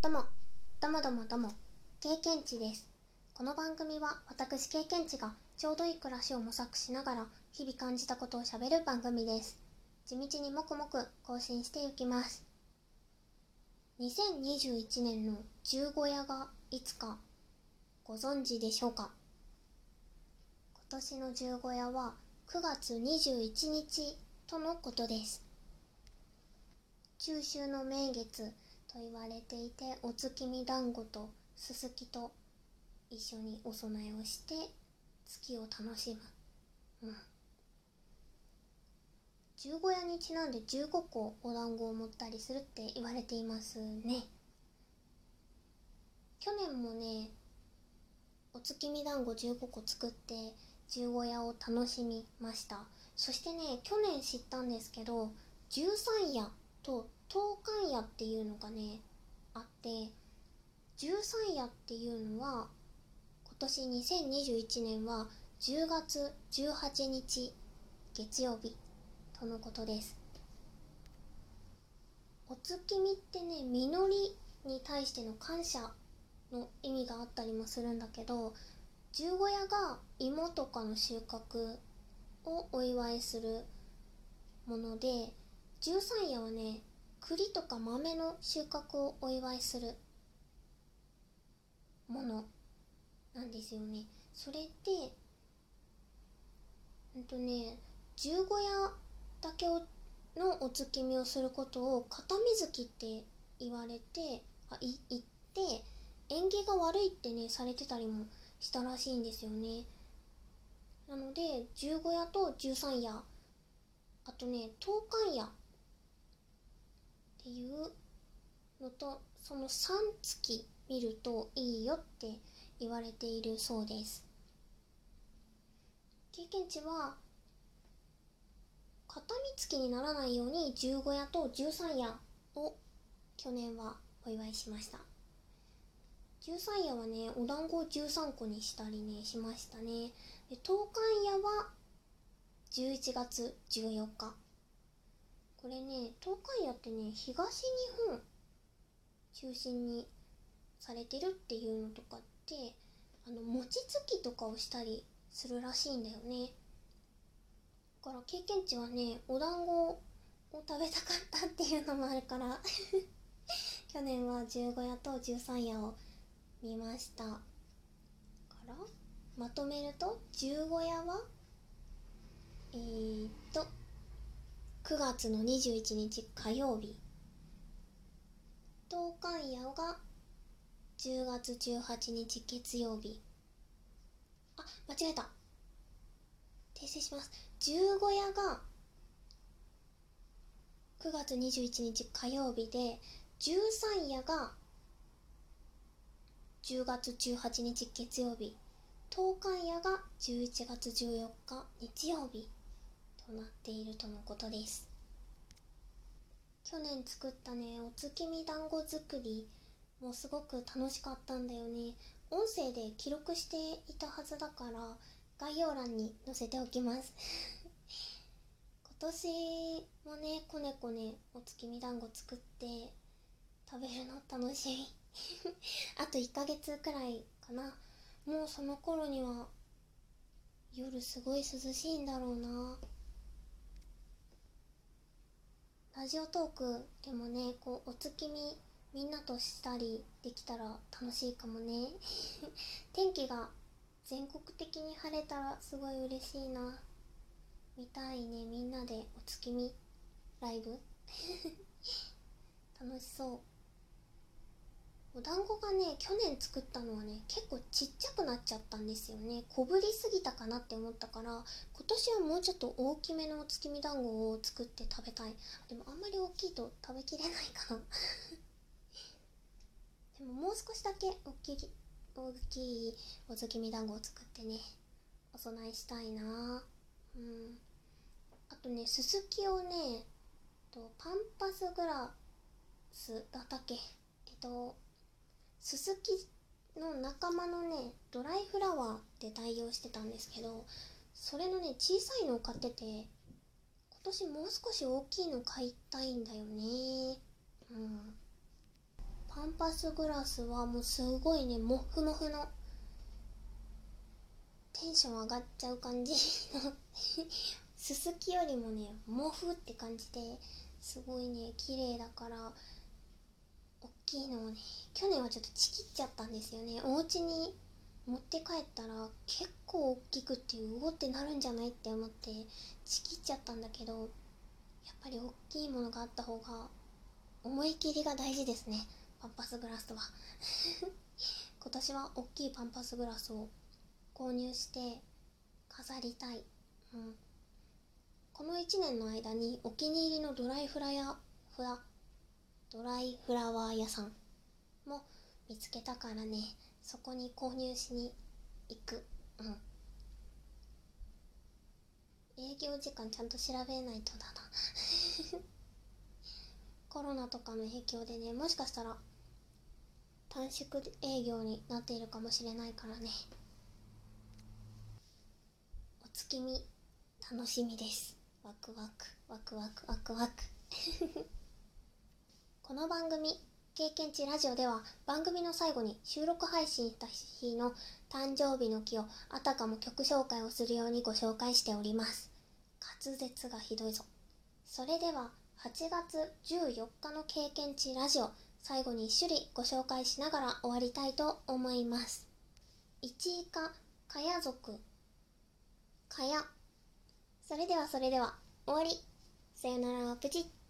どうも、どうもどうもどうも、経験値です。この番組は私経験値がちょうどいい暮らしを模索しながら日々感じたことをしゃべる番組です。地道にもくもく更新していきます。2021年の十五夜がいつかご存知でしょうか。今年の十五夜は9月21日とのことです。中秋の名月と言われていて、お月見団子とすすきと一緒にお供えをして月を楽しむ。十五夜にちなんで15個お団子を持ったりするって言われていますね。去年もね、お月見団子15個作って十五夜を楽しみました。そしてね、去年知ったんですけど、十三夜と十貫夜っていうのがねあって、十三夜っていうのは今年2021年は10月18日月曜日とのことです。お月見ってね、実りに対しての感謝の意味があったりもするんだけど、十五夜が芋とかの収穫をお祝いするもので、十三夜はね、栗とか豆の収穫をお祝いするものなんですよね。それで十五夜だけのお月見をすることを片水月って言われて言って、縁起が悪いってねされてたりもしたらしいんですよね。なので十五夜と十三夜、あとね十貫夜っていうのと、その3月見るといいよって言われているそうです。経験値は片見月にならないように十五夜と十三夜を去年はお祝いしました。十三夜はね、お団子を13個にしたりねしましたね。で、十貫夜は11月14日。これね、十貫夜ってね、東日本中心にされてるっていうのとかって、餅つきとかをしたりするらしいんだよね。だから経験値はね、お団子を食べたかったっていうのもあるから去年は十五夜と十三夜を見ましたから、まとめると十五夜は9月の21日火曜日、十貫夜が10月18日月曜日、間違えた、訂正します。十五夜が9月21日火曜日で、十三夜が10月18日月曜日、十貫夜が11月14日日曜日となっているとのことです。去年作ったね、お月見団子作りもすごく楽しかったんだよね。音声で記録していたはずだから概要欄に載せておきます今年もね、こねこねお月見団子作って食べるの楽しみあと1ヶ月くらいかな。もうその頃には夜すごい涼しいんだろうな。ラジオトークでもね、こうお月見みんなとしたりできたら楽しいかもね天気が全国的に晴れたらすごい嬉しいな。見たいね、みんなでお月見ライブ楽しそう。お団子がね、去年作ったのはね、結構ちっちゃくなっちゃったんですよね。小ぶりすぎたかなって思ったから、今年はもうちょっと大きめのお月見団子を作って食べたい。でもあんまり大きいと食べきれないかなでももう少しだけ大きいお月見団子を作ってね、お供えしたいな。あとね、すすきをね、パンパスグラスだったっけ、すすきの仲間のね、ドライフラワーで代用してたんですけど、それのね、小さいのを買ってて、今年もう少し大きいの買いたいんだよね。パンンパスグラスはもうすごいね、モフモフのテンション上がっちゃう感じのすすきよりもねモフって感じですごいね綺麗だから、大きいのをね去年はちょっとちぎっちゃったんですよね。お家に持って帰ったら結構大きくってうおってなるんじゃないって思ってちぎっちゃったんだけど、やっぱり大きいものがあった方が思い切りが大事ですね、パンパスグラスは今年は大きいパンパスグラスを購入して飾りたい、この1年の間にお気に入りのドライフラワー屋さんも見つけたからね、そこに購入しに行く。営業時間ちゃんと調べないとだなコロナとかの影響でね、もしかしたら短縮営業になっているかもしれないからね、お月見楽しみです。ワクワクワクワクワクワクこの番組経験値ラジオでは、番組の最後に収録配信した日の誕生日の日をあたかも曲紹介をするようにご紹介しております。滑舌がひどいぞ。それでは8月14日の経験値ラジオ、最後に一種類ご紹介しながら終わりたいと思います。イチイカカヤ族カヤ。それでは終わり。さよなら、プチッ。